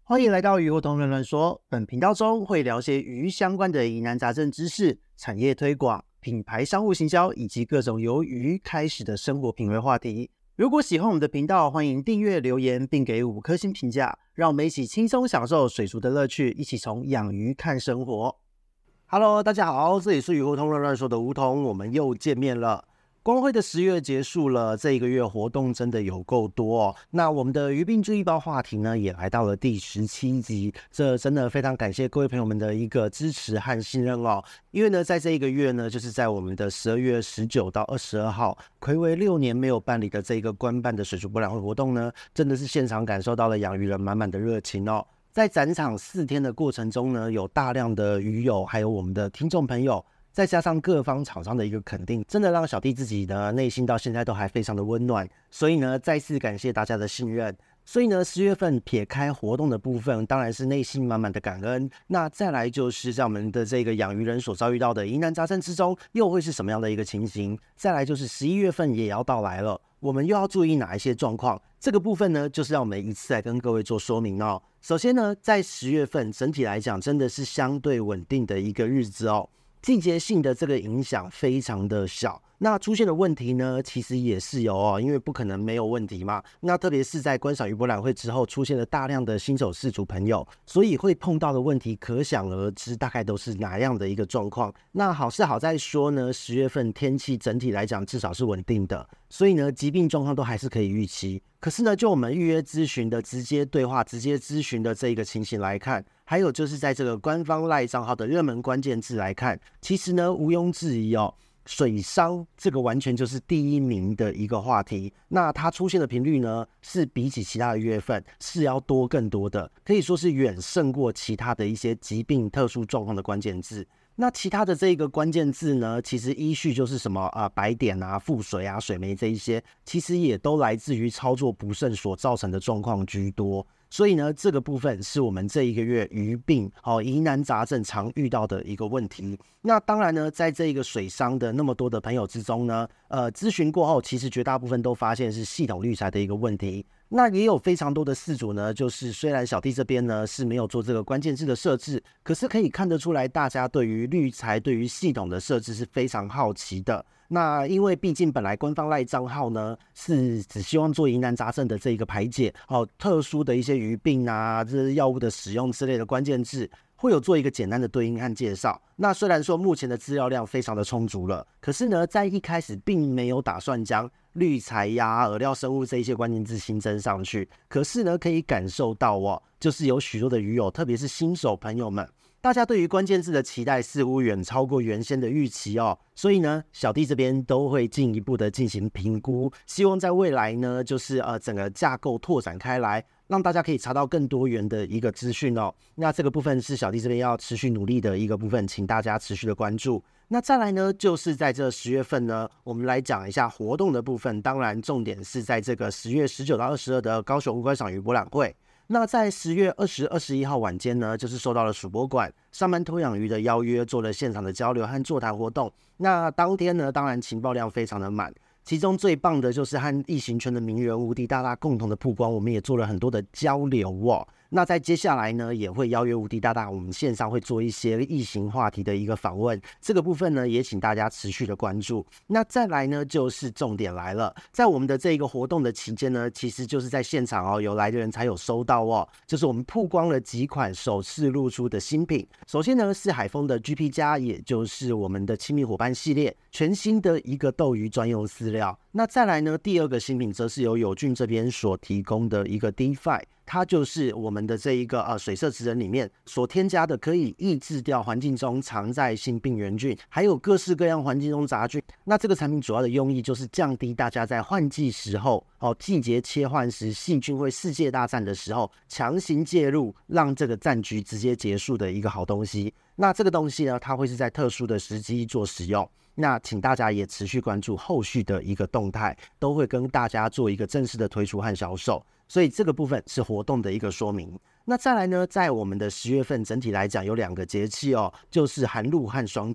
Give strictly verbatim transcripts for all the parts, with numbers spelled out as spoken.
欢迎来到鱼活通乱乱说，本频道中会聊些鱼相关的疑难杂症知识、产业推广、品牌商务行销以及各种由鱼开始的生活品味话题。如果喜欢我们的频道，欢迎订阅、留言并给五颗星评价，让我们一起轻松享受水族的乐趣，一起从养鱼看生活。Hello， 大家好，这里是鱼活通乱乱说的梧桐，我们又见面了。光辉的十月结束了，这一个月活动真的有够多哦。那我们的鱼病注意报话题呢，也来到了第十七集，这真的非常感谢各位朋友们的一个支持和信任哦。因为呢，在这一个月呢，就是在我们的十二月十九到二十二号，睽违六年没有办理的这个官办的水族博览会活动呢，真的是现场感受到了养鱼人满满的热情哦。在展场四天的过程中呢，有大量的鱼友，还有我们的听众朋友。再加上各方厂商的一个肯定，真的让小弟自己呢内心到现在都还非常的温暖，所以呢再次感谢大家的信任。所以呢十月份撇开活动的部分，当然是内心满满的感恩。那再来就是在我们的这个养鱼人所遭遇到的疑难杂症之中，又会是什么样的一个情形？再来就是十一月份也要到来了，我们又要注意哪一些状况？这个部分呢，就是让我们一次来跟各位做说明哦。首先呢，在十月份整体来讲，真的是相对稳定的一个日子哦。季节性的这个影响非常的小，那出现的问题呢，其实也是有哦，因为不可能没有问题嘛。那特别是在观赏鱼博览会之后，出现了大量的新手饲主朋友，所以会碰到的问题可想而知，大概都是哪样的一个状况。那好是好在说呢，十月份天气整体来讲至少是稳定的，所以呢，疾病状况都还是可以预期。可是呢，就我们预约咨询的直接对话、直接咨询的这一个情形来看，还有就是在这个官方 LINE 账号的热门关键字来看，其实呢毋庸置疑哦，水伤这个完全就是第一名的一个话题。那它出现的频率呢，是比起其他的月份是要多更多的，可以说是远胜过其他的一些疾病特殊状况的关键字。那其他的这个关键字呢，其实依序就是什么啊、呃，白点啊、腹水啊、水霉这一些，其实也都来自于操作不慎所造成的状况居多。所以呢，这个部分是我们这一个月鱼病哦疑难杂症常遇到的一个问题。那当然呢，在这一个水伤的那么多的朋友之中呢，呃，咨询过后，其实绝大部分都发现是系统滤材的一个问题。那也有非常多的饲主呢，就是虽然小弟这边呢是没有做这个关键字的设置，可是可以看得出来，大家对于滤材、对于系统的设置是非常好奇的。那因为毕竟本来官方 LINE 账号呢是只希望做疑难杂症的这一个排解，哦，特殊的一些鱼病啊，这是药物的使用之类的关键字，会有做一个简单的对应和介绍。那虽然说目前的资料量非常的充足了，可是呢，在一开始并没有打算将滤材呀、饵料生物这一些关键字新增上去。可是呢，可以感受到哦，就是有许多的鱼友，特别是新手朋友们，大家对于关键字的期待似乎远超过原先的预期哦，所以呢，小弟这边都会进一步的进行评估，希望在未来呢，就是呃整个架构拓展开来，让大家可以查到更多元的一个资讯哦。那这个部分是小弟这边要持续努力的一个部分，请大家持续的关注。那再来呢，就是在这十月份呢，我们来讲一下活动的部分。当然，重点是在这个十月十九到二十二的高雄观赏鱼博览会。那在十月二十、二十一号晚间呢，就是受到了属博馆上班偷养鱼的邀约，做了现场的交流和座谈活动。那当天呢，当然情报量非常的满。其中最棒的就是和异形圈的名人无敌大大共同的曝光，我们也做了很多的交流哦。那在接下来呢，也会邀约无敌大大，我们线上会做一些异形话题的一个访问，这个部分呢，也请大家持续的关注。那再来呢，就是重点来了，在我们的这个活动的期间呢，其实就是在现场哦，有来的人才有收到哦，就是我们曝光了几款首次露出的新品。首先呢，是海丰的 G P 加，也就是我们的亲密伙伴系列全新的一个斗鱼专用饲料。那再来呢，第二个新品则是由友俊这边所提供的一个 D F I， 它就是我们的这一个呃水色职人里面所添加的，可以抑制掉环境中常在性病原菌，还有各式各样环境中杂菌。那这个产品主要的用意就是降低大家在换季时候哦，季节切换时细菌会世界大战的时候，强行介入，让这个战局直接结束的一个好东西。那这个东西呢，它会是在特殊的时机做使用。那请大家也持续关注后续的一个动态，都会跟大家做一个正式的推出和销售。所以这个部分是活动的一个说明。那再来呢，在我们的十月份整体来讲有两个节气哦，就是寒露和霜降。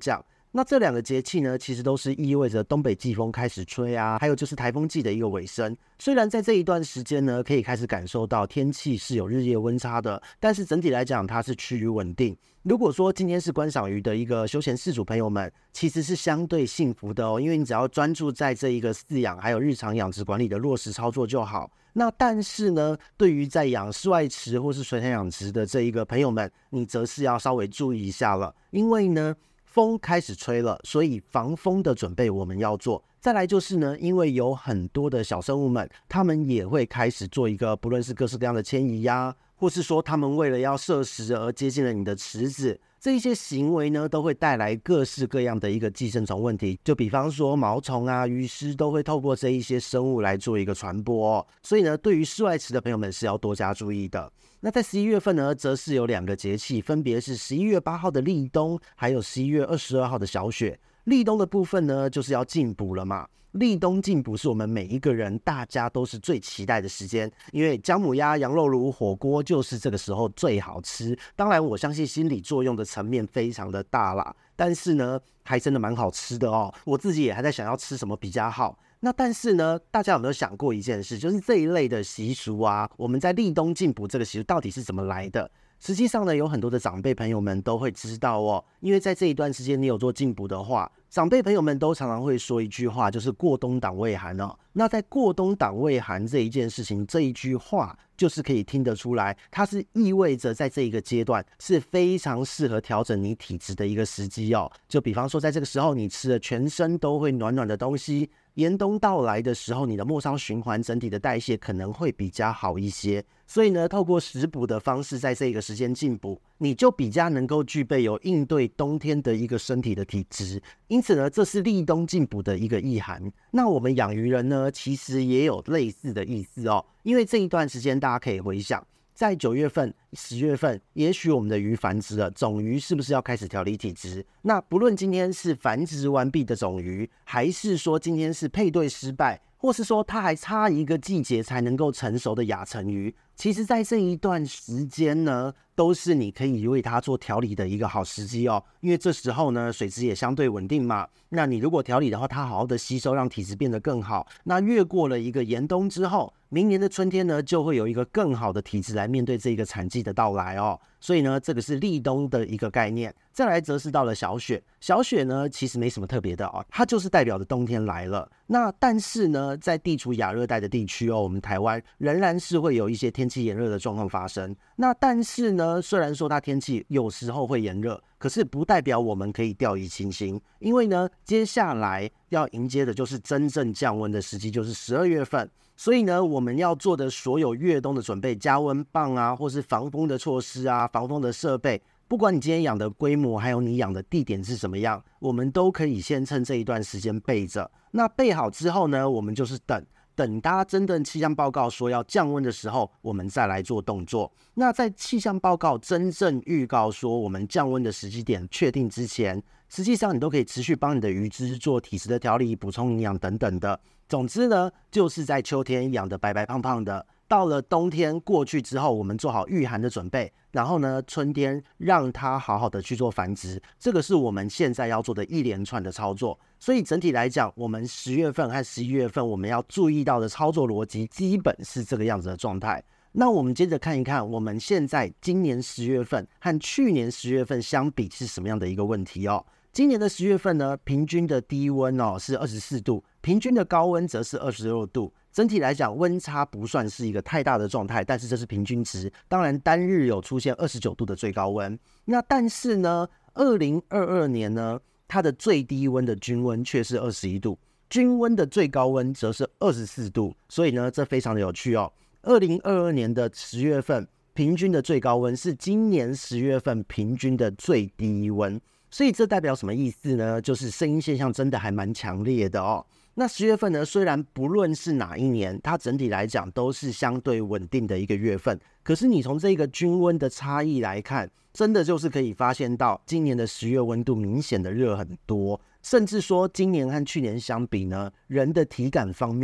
那这两个节气呢，其实都是意味着东北季风开始吹啊，还有就是台风季的一个尾声。虽然在这一段时间呢，可以开始感受到天气是有日夜温差的，但是整体来讲，它是趋于稳定。如果说今天是观赏鱼的一个休闲饲主朋友们，其实是相对幸福的哦，因为你只要专注在这一个饲养还有日常养殖管理的落实操作就好。那但是呢，对于在养室外池或是水产养殖的这一个朋友们，你则是要稍微注意一下了，因为呢，风开始吹了，所以防风的准备我们要做。再来就是呢，因为有很多的小生物们，他们也会开始做一个不论是各式各样的迁移呀，或是说他们为了要摄食而接近了你的池子，这一些行为呢，都会带来各式各样的一个寄生虫问题。就比方说毛虫啊、鱼虱都会透过这一些生物来做一个传播哦。所以呢，对于室外池的朋友们是要多加注意的。那在十一月份呢，则是有两个节气，分别是十一月八号的立冬，还有十一月二十二号的小雪。立冬的部分呢，就是要进补了嘛。立冬进补是我们每一个人大家都是最期待的时间，因为姜母鸭、羊肉炉、火锅就是这个时候最好吃。当然，我相信心理作用的层面非常的大啦，但是呢，还真的蛮好吃的哦。我自己也还在想要吃什么比较好。那但是呢，大家有没有想过一件事，就是这一类的习俗啊，我们在立冬进补这个习俗到底是怎么来的？实际上呢，有很多的长辈朋友们都会知道哦，因为在这一段时间你有做进补的话，长辈朋友们都常常会说一句话，就是过冬挡胃寒哦。那在过冬挡胃寒这一件事情，这一句话就是可以听得出来，它是意味着在这一个阶段是非常适合调整你体质的一个时机哦。就比方说，在这个时候你吃了全身都会暖暖的东西，严冬到来的时候，你的末梢循环整体的代谢可能会比较好一些。所以呢，透过食补的方式，在这个时间进补，你就比较能够具备有应对冬天的一个身体的体质。因此呢，这是立冬进补的一个意涵。那我们养鱼人呢，其实也有类似的意思哦。因为这一段时间，大家可以回想，在九月份、十月份，也许我们的鱼繁殖了，种鱼是不是要开始调理体质？那不论今天是繁殖完毕的种鱼，还是说今天是配对失败，或是说它还差一个季节才能够成熟的亚成鱼，其实在这一段时间呢，都是你可以为它做调理的一个好时机哦。因为这时候呢，水质也相对稳定嘛，那你如果调理的话，它好好的吸收，让体质变得更好。那越过了一个严冬之后，明年的春天呢，就会有一个更好的体质来面对这个产季的到来哦。所以呢，这个是立冬的一个概念。再来则是到了小雪，小雪呢其实没什么特别的哦，它就是代表着冬天来了。那但是呢，在地处亚热带的地区哦，我们台湾仍然是会有一些天气炎热的状况发生。那但是呢，虽然说它天气有时候会炎热，可是不代表我们可以掉以轻心，因为呢，接下来要迎接的就是真正降温的时机，就是十二月份。所以呢，我们要做的所有越冬的准备，加温棒啊，或是防风的措施啊，防风的设备，不管你今天养的规模，还有你养的地点是怎么样，我们都可以先趁这一段时间备着。那备好之后呢，我们就是等。等它真正气象报告说要降温的时候，我们再来做动作。那在气象报告真正预告说我们降温的时机点确定之前，实际上你都可以持续帮你的鱼只做体质的调理、补充营养等等的。总之呢，就是在秋天养的白白胖胖的，到了冬天过去之后，我们做好御寒的准备，然后呢，春天让它好好的去做繁殖，这个是我们现在要做的一连串的操作。所以整体来讲，我们十月份和十一月份我们要注意到的操作逻辑，基本是这个样子的状态。那我们接着看一看，我们现在今年十月份和去年十月份相比是什么样的一个问题哦。今年的十月份呢，平均的低温哦是二十四度，平均的高温则是二十六度。整体来讲，温差不算是一个太大的状态，但是这是平均值。当然，单日有出现二十九度的最高温。那但是呢，二零二二年呢，它的最低温的均温却是二十一度，均温的最高温则是二十四度。所以呢，这非常的有趣哦。二零二二年的十月份平均的最高温是今年十月份平均的最低温。所以这代表什么意思呢？就是声音现象真的还蛮强烈的哦。那十月份呢，虽然不论是哪一年，它整体来讲都是相对稳定的一个月份，可是你从这个均温的差异来看，真的就是可以发现到今年的十月温度明显的热很多，甚至说今年和去年相比呢，人的体感方面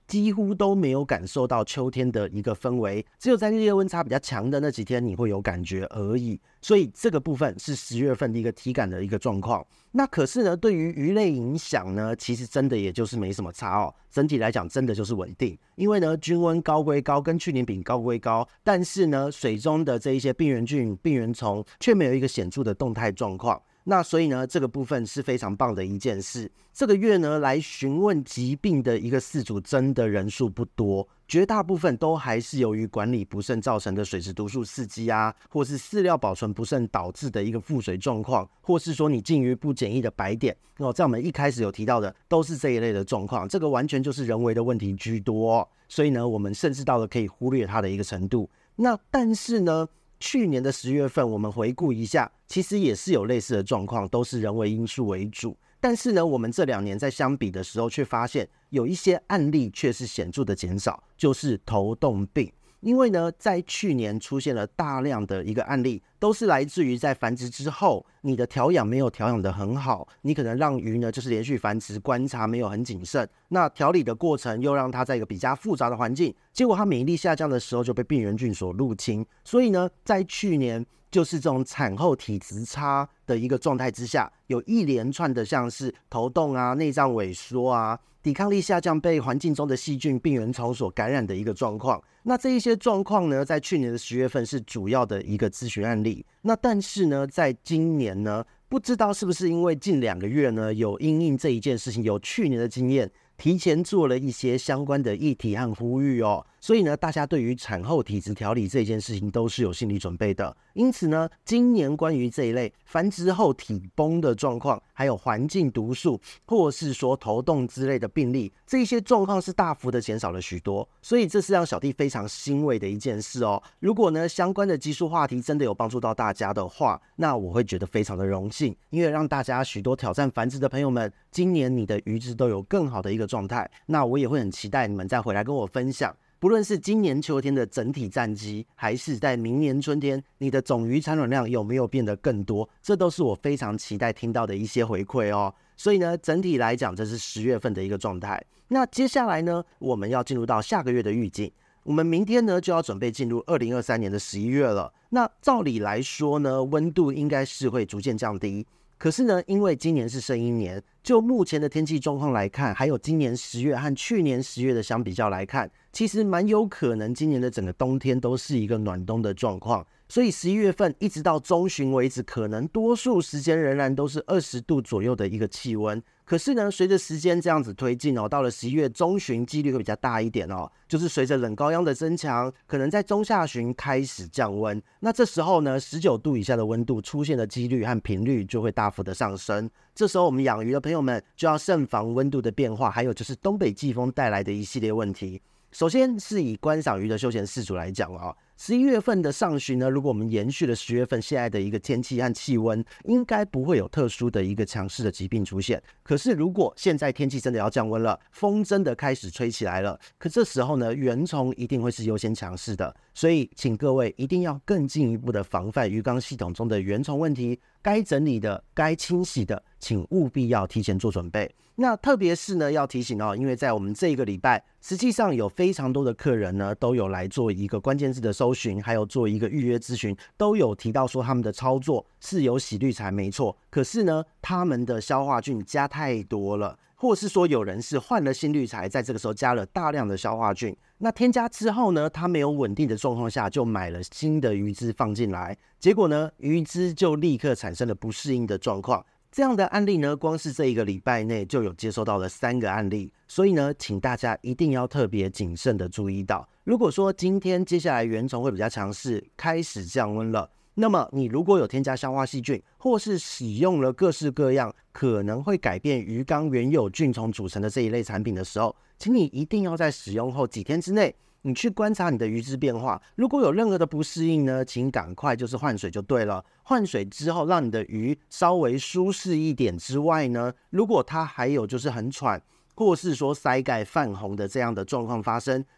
几乎都没有感受到秋天的一个氛围，只有在日夜温差比较强的那几天你会有感觉而已。所以这个部分是十月份的一个体感的一个状况。那可是呢，对于鱼类影响呢，其实真的也就是没什么差哦。整体来讲，真的就是稳定。因为呢，均温高归高，跟去年比高归高，但是呢，水中的这一些病原菌、病原虫却没有一个显著的动态状况。那所以呢，这个部分是非常棒的一件事。这个月呢，来询问疾病的一个饲主真的人数不多，绝大部分都还是由于管理不慎造成的水质毒素刺激啊，或是饲料保存不慎导致的一个腹水状况，或是说你禁渔不检疫的白点哦，在我们一开始有提到的都是这一类的状况，这个完全就是人为的问题居多哦，所以呢，我们甚至到了可以忽略它的一个程度。那但是呢，去年的十月份，我们回顾一下，其实也是有类似的状况，都是人为因素为主。但是呢，我们这两年在相比的时候，却发现有一些案例却是显著的减少，就是头痛病。因为呢，在去年出现了大量的一个案例，都是来自于在繁殖之后，你的调养没有调养得很好，你可能让鱼呢就是连续繁殖，观察没有很谨慎，那调理的过程又让它在一个比较复杂的环境，结果它免疫力下降的时候就被病原菌所入侵，所以呢，在去年就是这种产后体质差的一个状态之下，有一连串的像是头痛啊、内脏萎缩啊、抵抗力下降，被环境中的细菌、病原虫所感染的一个状况。那这一些状况呢，在去年的十月份是主要的一个咨询案例。那但是呢，在今年呢，不知道是不是因为近两个月呢，有因应这一件事情，有去年的经验，提前做了一些相关的议题和呼吁哦，所以呢，大家对于产后体质调理这件事情都是有心理准备的。因此呢，今年关于这一类繁殖后体崩的状况，还有环境毒素，或是说头痛之类的病例，这一些状况是大幅的减少了许多，所以这是让小弟非常欣慰的一件事哦。如果呢，相关的技术话题真的有帮助到大家的话，那我会觉得非常的荣幸，因为让大家许多挑战繁殖的朋友们，今年你的鱼质都有更好的一个状态，那我也会很期待你们再回来跟我分享。不论是今年秋天的整体战绩，还是在明年春天，你的总鱼产卵量有没有变得更多，这都是我非常期待听到的一些回馈哦。所以呢，整体来讲，这是十月份的一个状态。那接下来呢，我们要进入到下个月的预警。我们明天呢就要准备进入二零二三年的十一月了。那照理来说呢，温度应该是会逐渐降低。可是呢，因为今年是生婴年，就目前的天气状况来看，还有今年十月和去年十月的相比较来看，其实蛮有可能今年的整个冬天都是一个暖冬的状况。所以十一月份一直到中旬为止，可能多数时间仍然都是二十度左右的一个气温。可是呢，随着时间这样子推进哦，到了十一月中旬，几率会比较大一点哦。就是随着冷高央的增强，可能在中下旬开始降温。那这时候呢，十九度以下的温度出现的几率和频率就会大幅的上升。这时候我们养鱼的朋友们就要慎防温度的变化，还有就是东北季风带来的一系列问题。首先是以观赏鱼的休闲饲主来讲哦，十一月份的上旬呢，如果我们延续了十月份现在的一个天气和气温，应该不会有特殊的一个强势的疾病出现。可是如果现在天气真的要降温了，风真的开始吹起来了，可这时候呢，原虫一定会是优先强势的，所以请各位一定要更进一步的防范鱼缸系统中的原虫问题，该整理的、该清洗的，请务必要提前做准备。那特别是呢，要提醒哦，因为在我们这一个礼拜，实际上有非常多的客人呢，都有来做一个关键字的搜寻，还有做一个预约咨询，都有提到说他们的操作是有洗滤材没错，可是呢，他们的消化菌加太多了，或是说有人是换了新滤材，在这个时候加了大量的消化菌，那添加之后呢，他没有稳定的状况下，就买了新的鱼汁放进来，结果呢，鱼汁就立刻产生了不适应的状况。这样的案例呢，光是这一个礼拜内就有接收到了三个案例，所以呢，请大家一定要特别谨慎的注意到，如果说今天接下来原虫会比较强势，开始降温了，那么你如果有添加消化细菌，或是使用了各式各样可能会改变鱼缸原有菌虫组成的这一类产品的时候，请你一定要在使用后几天之内，你去观察你的鱼质变化，如果有任何的不适应呢，请赶快就是换水就对了。换水之后，让你的鱼稍微舒适一点之外呢，如果它还有就是很喘，或是说腮盖泛红的这样的状况发生，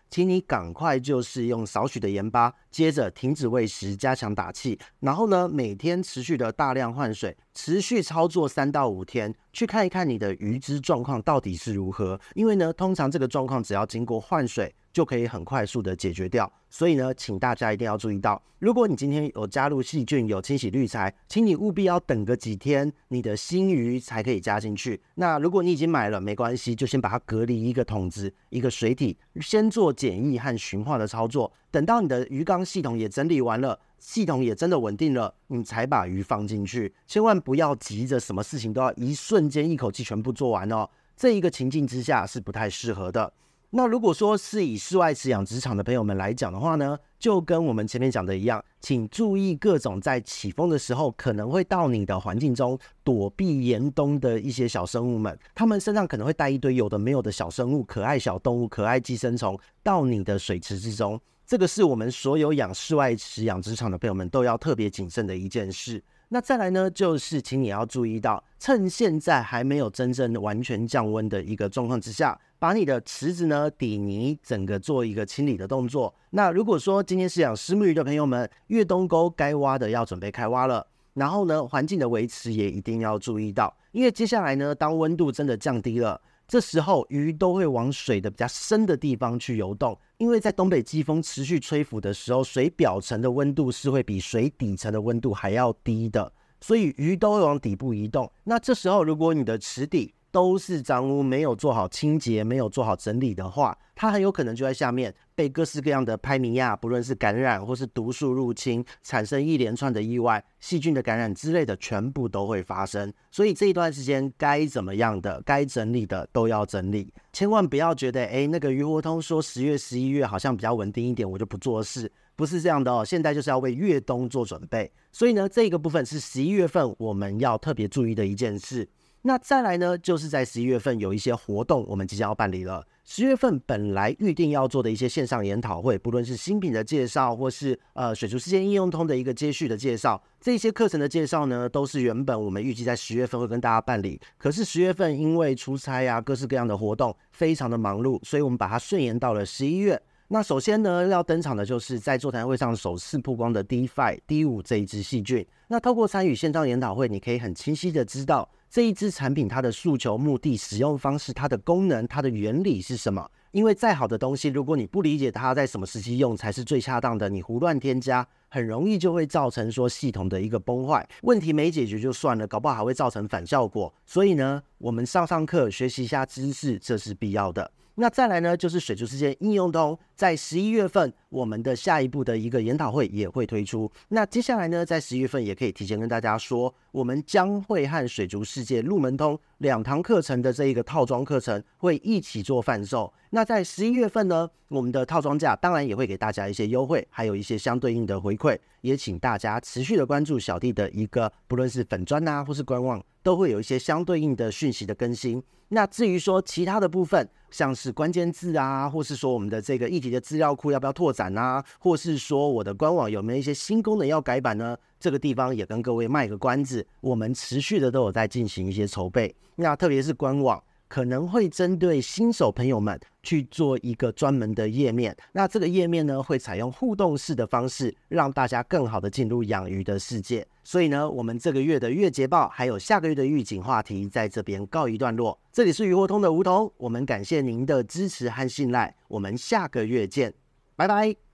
请你赶快就是用少许的盐巴，接着停止喂食，加强打气，然后呢每天持续的大量换水，持续操作三到五天，去看一看你的鱼只状况到底是如何。因为呢通常这个状况只要经过换水就可以很快速的解决掉，所以呢请大家一定要注意到，如果你今天有加入细菌，有清洗滤材，请你务必要等个几天，你的新鱼才可以加进去。那如果你已经买了没关系，就先把它隔离一个桶子一个水体，先做检疫和驯化的操作，等到你的鱼缸系统也整理完了，系统也真的稳定了，你才把鱼放进去。千万不要急着什么事情都要一瞬间一口气全部做完哦，这一个情境之下是不太适合的。那如果说是以室外饲养殖场的朋友们来讲的话呢，就跟我们前面讲的一样，请注意各种在起风的时候可能会到你的环境中躲避严冬的一些小生物们，他们身上可能会带一堆有的没有的小生物、可爱小动物、可爱寄生虫到你的水池之中，这个是我们所有养室外饲养殖场的朋友们都要特别谨慎的一件事。那再来呢，就是请你要注意到，趁现在还没有真正完全降温的一个状况之下，把你的池子呢底泥整个做一个清理的动作。那如果说今天是养虱目鱼的朋友们，越冬沟该挖的要准备开挖了，然后呢环境的维持也一定要注意到，因为接下来呢当温度真的降低了，这时候鱼都会往水的比较深的地方去游动，因为在东北季风持续吹拂的时候，水表层的温度是会比水底层的温度还要低的，所以鱼都会往底部移动。那这时候如果你的池底都是脏污，没有做好清洁，没有做好整理的话，它很有可能就在下面被各式各样的拍米亚，不论是感染或是毒素入侵，产生一连串的意外，细菌的感染之类的全部都会发生。所以这一段时间该怎么样的，该整理的都要整理，千万不要觉得哎，那个鱼活通说十月十一月好像比较稳定一点，我就不做事，不是这样的哦。现在就是要为越冬做准备，所以呢这个部分是十一月份我们要特别注意的一件事。那再来呢，就是在十一月份有一些活动我们即将要办理了。十月份本来预定要做的一些线上研讨会，不论是新品的介绍，或是呃水族世界应用通的一个接续的介绍，这些课程的介绍呢，都是原本我们预计在十月份会跟大家办理。可是十月份因为出差啊，各式各样的活动非常的忙碌，所以我们把它顺延到了十一月。那首先呢，要登场的就是在座谈会上首次曝光的 D 五 D 五 这一支细菌。那透过参与线上研讨会，你可以很清晰的知道这一支产品它的诉求、目的、使用方式、它的功能、它的原理是什么。因为再好的东西，如果你不理解它在什么时期用才是最恰当的，你胡乱添加，很容易就会造成说系统的一个崩坏，问题没解决就算了，搞不好还会造成反效果。所以呢，我们上上课学习一下知识，这是必要的。那再来呢，就是水族世界应用通，在十一月份我们的下一步的一个研讨会也会推出。那接下来呢，在十一月份也可以提前跟大家说，我们将会和水族世界入门通两堂课程的这一个套装课程会一起做贩售。那在十一月份呢，我们的套装价当然也会给大家一些优惠，还有一些相对应的回馈，也请大家持续的关注小弟的一个不论是粉专啊或是官网，都会有一些相对应的讯息的更新。那至于说其他的部分，像是关键字啊，或是说我们的这个议题的资料库要不要拓展啊，或是说我的官网有没有一些新功能要改版呢，这个地方也跟各位卖个关子，我们持续的都有在进行一些筹备。那特别是官网可能会针对新手朋友们去做一个专门的页面，那这个页面呢会采用互动式的方式，让大家更好的进入养鱼的世界。所以呢，我们这个月的月捷报还有下个月的预警话题在这边告一段落。这里是鱼活通的梧桐，我们感谢您的支持和信赖，我们下个月见，拜拜。